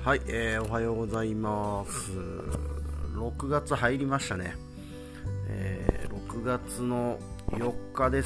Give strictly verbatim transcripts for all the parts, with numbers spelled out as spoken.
はい、えー、おはようございます。ろくがつ入りましたね。えー、ろくがつのよっかです。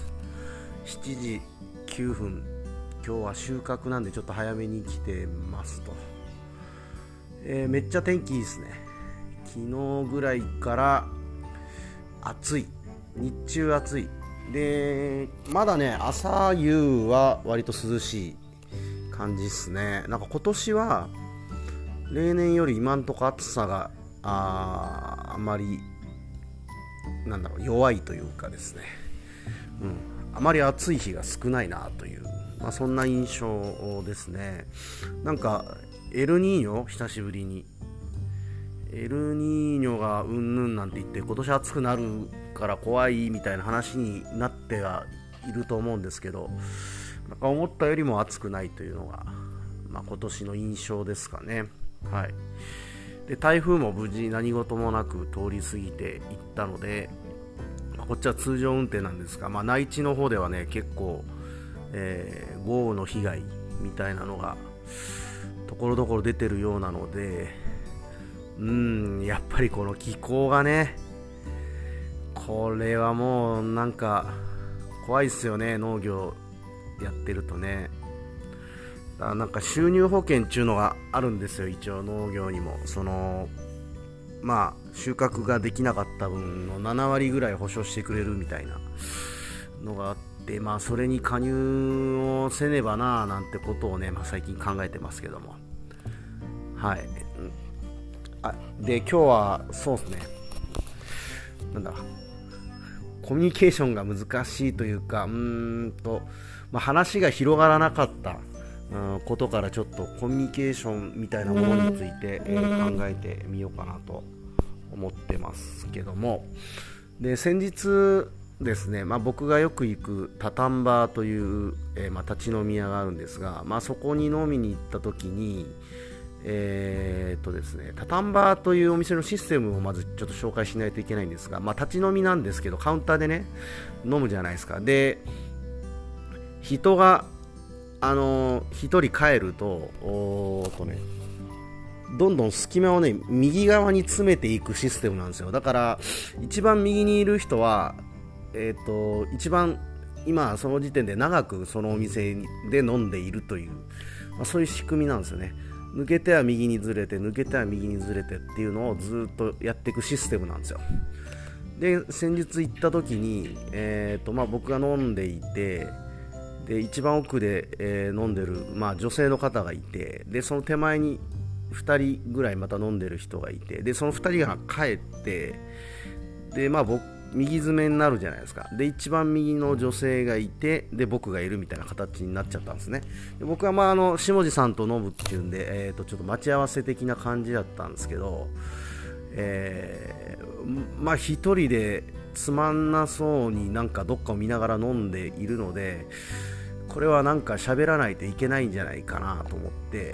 しちじきゅうふん。今日は収穫なんでちょっと早めに来てますと。えー、めっちゃ天気いいですね。昨日ぐらいから暑い。日中暑い。で、まだね、朝夕は割と涼しい感じですね。なんか今年は例年より今んとこ暑さがあーあまりなんだろう弱いというかですね、うん、あまり暑い日が少ないなという、まあ、そんな印象ですね。なんかエルニーニョ久しぶりにエルニーニョがうんぬんなんて言って今年暑くなるから怖いみたいな話になってはいると思うんですけど、なんか思ったよりも暑くないというのが、まあ、今年の印象ですかね。はい、で台風も無事何事もなく通り過ぎていったので、まあ、こっちは通常運転なんですが、まあ、内地の方ではね結構、えー、豪雨の被害みたいなのがところどころ出てるようなので、うーんやっぱりこの気候がね、これはもうなんか怖いっすよね。農業やってるとね、なんか収入保険っていうのがあるんですよ、一応農業にも。そのまあ収穫ができなかった分のななわりぐらい保証してくれるみたいなのがあって、まあそれに加入をせねばななんてことをね、まあ、最近考えてますけども。はい。あで今日はそうですね、なんだコミュニケーションが難しいというか、うーんと、まあ、話が広がらなかったことからちょっとコミュニケーションみたいなものについて、えー、考えてみようかなと思ってますけども、で先日ですね、まあ、僕がよく行くタタンバーという、えーまあ、立ち飲み屋があるんですが、まあ、そこに飲みに行った時にえーっとですね、タタンバーというお店のシステムをまずちょっと紹介しないといけないんですが、まあ、立ち飲みなんですけどカウンターでね飲むじゃないですか。で人があのー、ひとり帰るとおーとねどんどん隙間をね右側に詰めていくシステムなんですよ。だから一番右にいる人はえーっと一番今その時点で長くそのお店で飲んでいるという、まあ、そういう仕組みなんですよね。抜けては右にずれて抜けては右にずれてっていうのをずっとやっていくシステムなんですよ。で先日行った時に、えーとまあ、僕が飲んでいて、で一番奥で、えー飲んでる、まあ、女性の方がいて、でその手前にふたりぐらいまた飲んでる人がいて、でそのふたりが帰って、でまあ僕右詰めになるじゃないですか。で一番右の女性がいて、で僕がいるみたいな形になっちゃったんですね。で僕はまああの下地さんと飲むっていうんで、えー、とちょっと待ち合わせ的な感じだったんですけど、えー、まあ一人でつまんなそうになんかどっかを見ながら飲んでいるので、これはなんか喋らないといけないんじゃないかなと思って、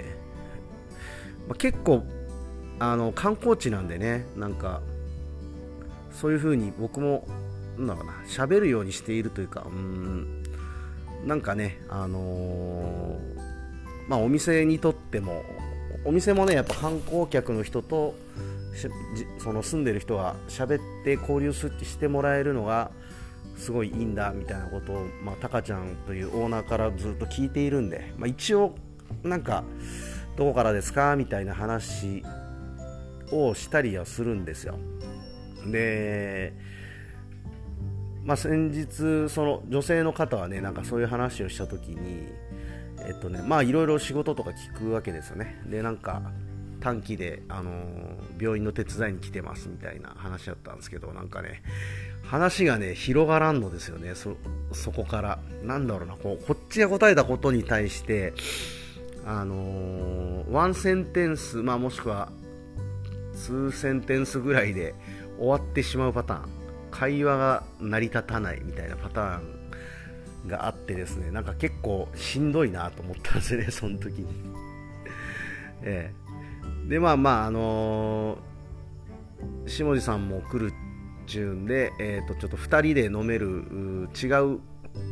まあ、結構あの観光地なんでね、なんかそういう風に僕もなんだろうな喋るようにしているというか、うーんなんかね、あのー、まあお店にとっても、お店もねやっぱ観光客の人とその住んでる人が喋って交流してもらえるのがすごいいいんだみたいなことを、まあ、タカちゃんというオーナーからずっと聞いているんで、まあ、一応なんかどこからですかみたいな話をしたりはするんですよ。で、まあ、先日その女性の方はねなんかそういう話をした時にえっとねまあいろいろ仕事とか聞くわけですよね。でなんか短期で、あのー、病院の手伝いに来てますみたいな話だったんですけど、なんかね話がね広がらんのですよね。 そ, そこからなんだろうな、こうこっちが答えたことに対してあのー、ワンセンテンス、まあ、もしくはツーセンテンスぐらいで終わってしまうパターン、会話が成り立たないみたいなパターンがあってですね、なんか結構しんどいなと思ったんですよね、その時にええ、でまあまああのー、下地さんも来るっちゅうんで、えー、とちょっとふたりで飲める違う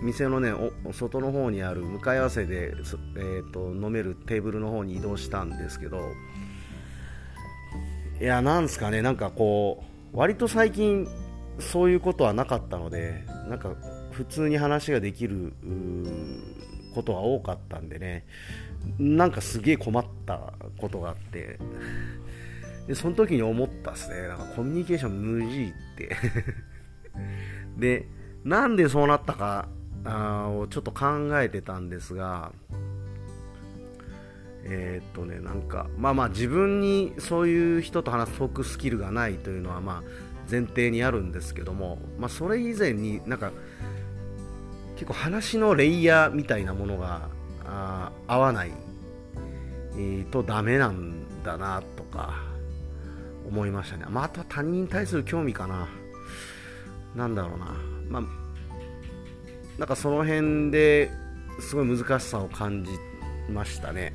店のねお外の方にある向かい合わせで、えー、と飲めるテーブルの方に移動したんですけど、いやなんですかね、なんかこう割と最近そういうことはなかったので、なんか普通に話ができることが多かったんでね、なんかすげえ困ったことがあって、でその時に思ったっすね、なんかコミュニケーション無事ってでなんでそうなったかあをちょっと考えてたんですが、えーっとねなんかまあまあ自分にそういう人と話すトークスキルがないというのはまあ前提にあるんですけども、まあ、それ以前になんか結構話のレイヤーみたいなものがあ合わない、えー、とダメなんだなとか思いましたね。まあ、あとは他人に対する興味かな、なんだろうな、まあなんかその辺ですごい難しさを感じましたね。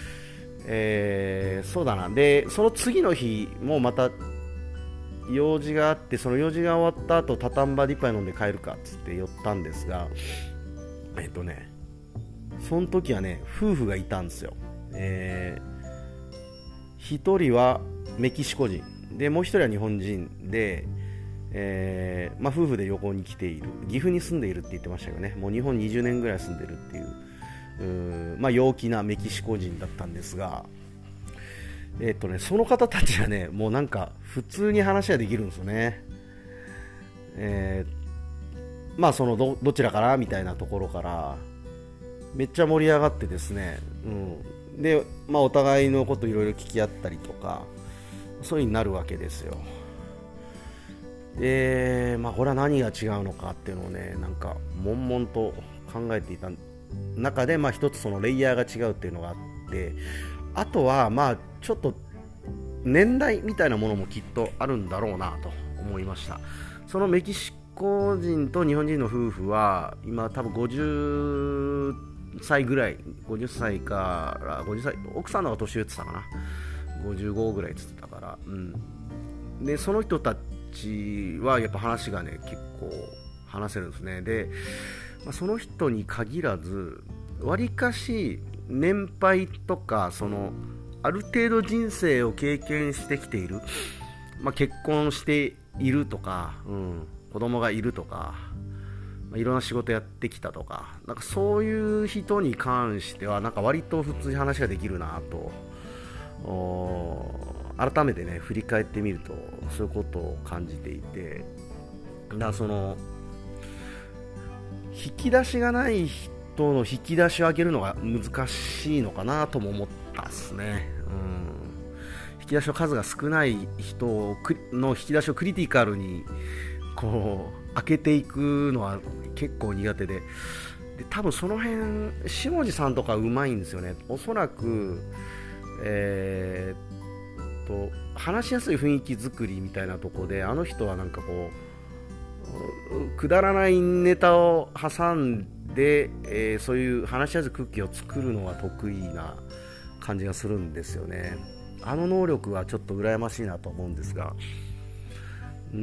えー、そうだな。でその次の日もまた用事があって、その用事が終わった後タタンバで一杯飲んで帰るかっつって寄ったんですが、えっとねその時はね夫婦がいたんですよ。えー、一人はメキシコ人で、もう一人は日本人で、えーまあ、夫婦で旅行に来ている、岐阜に住んでいるって言ってましたよね。もう日本にじゅうねんぐらい住んでるっていう、うー、まあ、陽気なメキシコ人だったんですが、えーっとね、その方たちはねもうなんか普通に話ができるんですよね。えー、まあその ど, どちらからみたいなところからめっちゃ盛り上がってですね、うん、で、まあ、お互いのこといろいろ聞き合ったりとかそういう風になるわけですよ。で、まあ、これは何が違うのかっていうのをねなんか悶々と考えていた中で、まあ、一つそのレイヤーが違うっていうのがあって、あとはまあちょっと年代みたいなものもきっとあるんだろうなと思いました。そのメキシコ人と日本人の夫婦は今多分ごじゅっさいぐらい、ごじゅっさいからごじゅっさい、奥さんの方が年上って言ってたかな、ごじゅうごぐらいって言ってたから、うん、でその人たちはやっぱ話がね結構話せるんですね。で、まあ、その人に限らずわりかし年配とかそのある程度人生を経験してきている、まあ、結婚しているとか、うん、子供がいるとか、まあ、いろんな仕事やってきたとか、なんかそういう人に関してはなんか割と普通に話ができるなと改めてね振り返ってみるとそういうことを感じていて、だからその引き出しがない人の引き出しを上げるのが難しいのかなとも思ったっすね。うん、引き出しの数が少ない人の引き出しをクリティカルにこう開けていくのは結構苦手で、で多分その辺下地さんとかうまいんですよね。おそらく、えー、っと話しやすい雰囲気作りみたいなところで、あの人はなんかこうくだらないネタを挟んで、えー、そういう話しやすい空気を作るのが得意な感じがするんですよね。あの能力はちょっと羨ましいなと思うんですが、うん、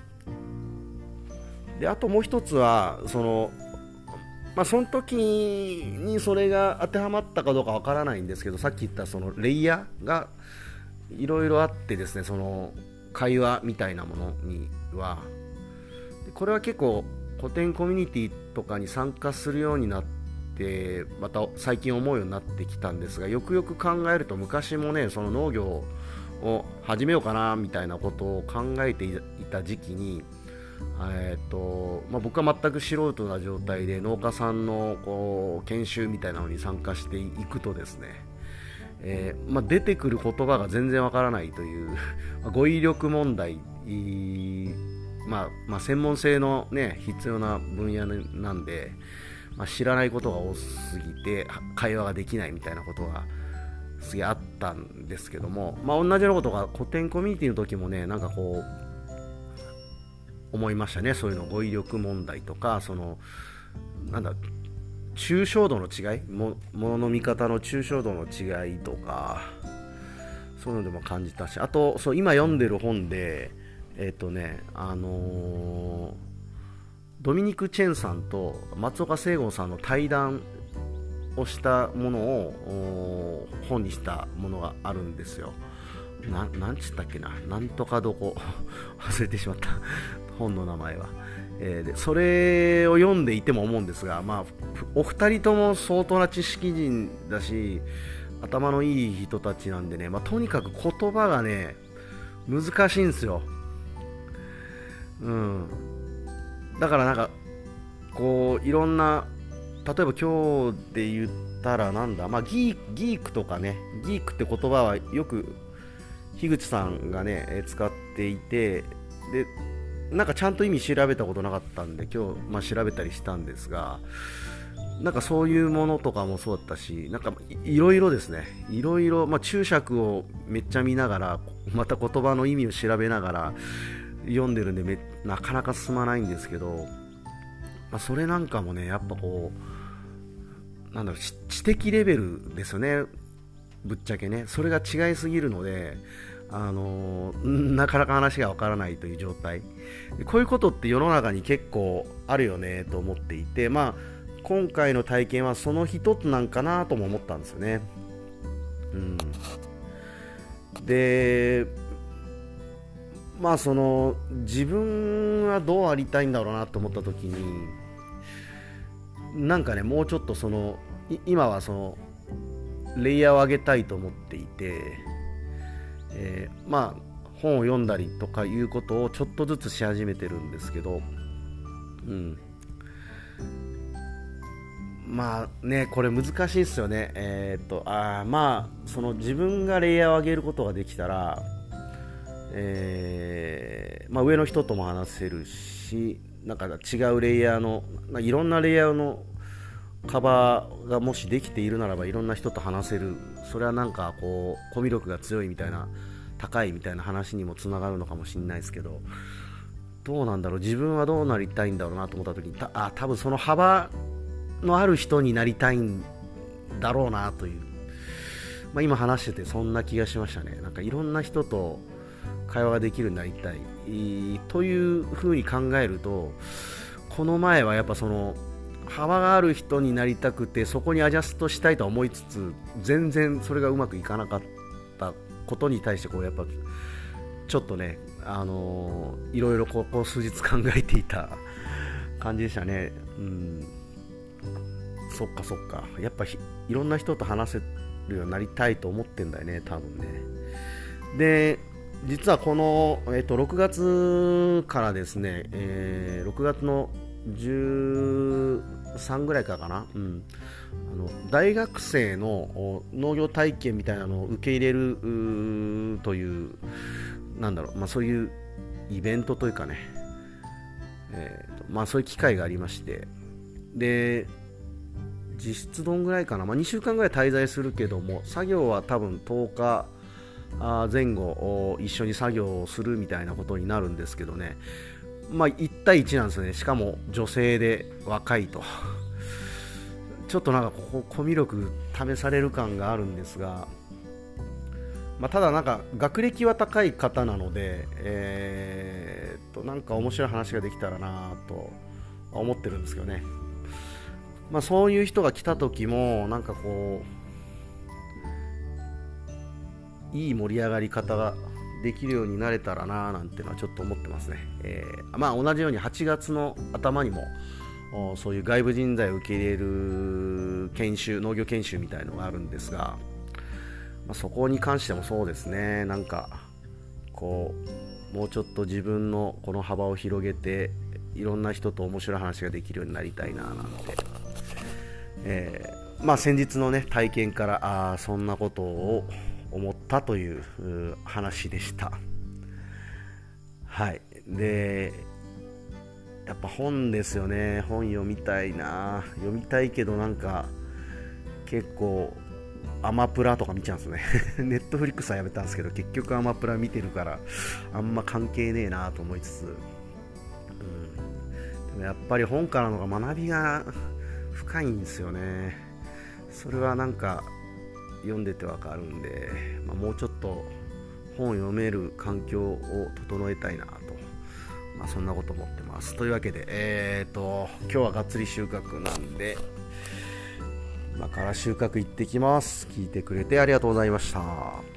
であともう一つはその、まあ、その時にそれが当てはまったかどうかわからないんですけど、さっき言ったそのレイヤーがいろいろあってですね、その会話みたいなものにはこれは結構古典コミュニティとかに参加するようになってまた最近思うようになってきたんですが、よくよく考えると昔もねその農業を始めようかなみたいなことを考えていた時期に、えーとまあ、僕は全く素人な状態で農家さんのこう研修みたいなのに参加していくとですね、えーまあ、出てくる言葉が全然わからないという語彙力問題、まあまあ、専門性の、ね、必要な分野なんで、まあ、知らないことが多すぎて会話ができないみたいなことがすげえあったんですけども、まあ、同じようなことが古典コミュニティの時もねなんかこう思いましたね。そういうの語彙力問題とか、そのなんだ抽象度の違い、ものの見方の抽象度の違いとかそういうのでも感じたし、あとそう今読んでる本でえっとねあのー、 ドミニク・チェンさんと松岡聖剛さんの対談をしたものを本にしたものがあるんですよ。ななんつったっけな、なんとかどこ忘れてしまった本の名前は、えー、でそれを読んでいても思うんですが、まあ、お二人とも相当な知識人だし頭のいい人たちなんでね、まあ、とにかく言葉がね難しいんですよ。うん、だからなんかこういろんな、例えば今日で言ったらなんだ、まあ、ギー、ギークとかね、ギークって言葉はよく樋口さんがね使っていて、でなんかちゃんと意味調べたことなかったんで今日、まあ、調べたりしたんですが、なんかそういうものとかもそうだったし、なんかいろいろですね、いろいろ、まあ、注釈をめっちゃ見ながらまた言葉の意味を調べながら読んでるんでめなかなか進まないんですけど、まあ、それなんかもねやっぱこうなんだろう、知的レベルですよね、ぶっちゃけね。それが違いすぎるので、あのー、なかなか話がわからないという状態で、こういうことって世の中に結構あるよねと思っていて、まあ今回の体験はその一つなんかなとも思ったんですよね。うん、でまあその自分はどうありたいんだろうなと思った時に、なんかねもうちょっとその今はそのレイヤーを上げたいと思っていて、えー、まあ本を読んだりとかいうことをちょっとずつし始めてるんですけど、うん、まあねこれ難しいですよね。えー、っとあまあその自分がレイヤーを上げることができたら、えーまあ、上の人とも話せるし、なんか違うレイヤーのいろんなレイヤーのカバーがもしできているならばいろんな人と話せる、それはなんかこうコミュ力が強いみたいな、高いみたいな話にもつながるのかもしれないですけど、どうなんだろう、自分はどうなりたいんだろうなと思った時に、たあ多分その幅のある人になりたいんだろうなという、まあ、今話しててそんな気がしましたね。なんかいろんな人と会話ができるようになりたいというふうに考えると、この前はやっぱその幅がある人になりたくてそこにアジャストしたいとは思いつつ、全然それがうまくいかなかったことに対してこうやっぱちょっとね、あのー、いろいろここ数日考えていた感じでしたね。うん、そっかそっか、やっぱいろんな人と話せるようになりたいと思ってんだよね多分ね。で実はこの、えー、とろくがつからですね、えー、ろくがつのじゅうさんぐらいからかな、うん、あの大学生の農業体験みたいなのを受け入れるという、なんだろう、まあ、そういうイベントというかね、えーとまあ、そういう機会がありまして、で実質どんぐらいかな、まあ、にしゅうかんぐらい滞在するけども、作業は多分とおか前後一緒に作業をするみたいなことになるんですけどね、まあいち対いちなんですよね。しかも女性で若いとちょっとなんかここコミュ力試される感があるんですが、まあ、ただなんか学歴は高い方なので、えー、っとなんか面白い話ができたらなと思ってるんですけどね。まあ、そういう人が来た時もなんかこういい盛り上がり方ができるようになれたらななんてのはちょっと思ってますね。えー、まあ同じようにはちがつの頭にもそういう外部人材を受け入れる研修、農業研修みたいのがあるんですが、まあ、そこに関してもそうですね、なんかこうもうちょっと自分のこの幅を広げていろんな人と面白い話ができるようになりたいななんて、えー、まあ先日のね体験からあそんなことを思ったという話でした。はい。でやっぱ本ですよね。本読みたいな、読みたいけどなんか結構アマプラとか見ちゃうんですねネットフリックスはやめたんですけど結局アマプラ見てるからあんま関係ねえなと思いつつ、うん、でもやっぱり本からのが学びが深いんですよね。それはなんか読んでてわかるんで、まあ、もうちょっと本を読める環境を整えたいなとまあ、そんなこと思ってます。というわけで、えーと今日はがっつり収穫なんで、今から収穫行ってきます。聞いてくれてありがとうございました。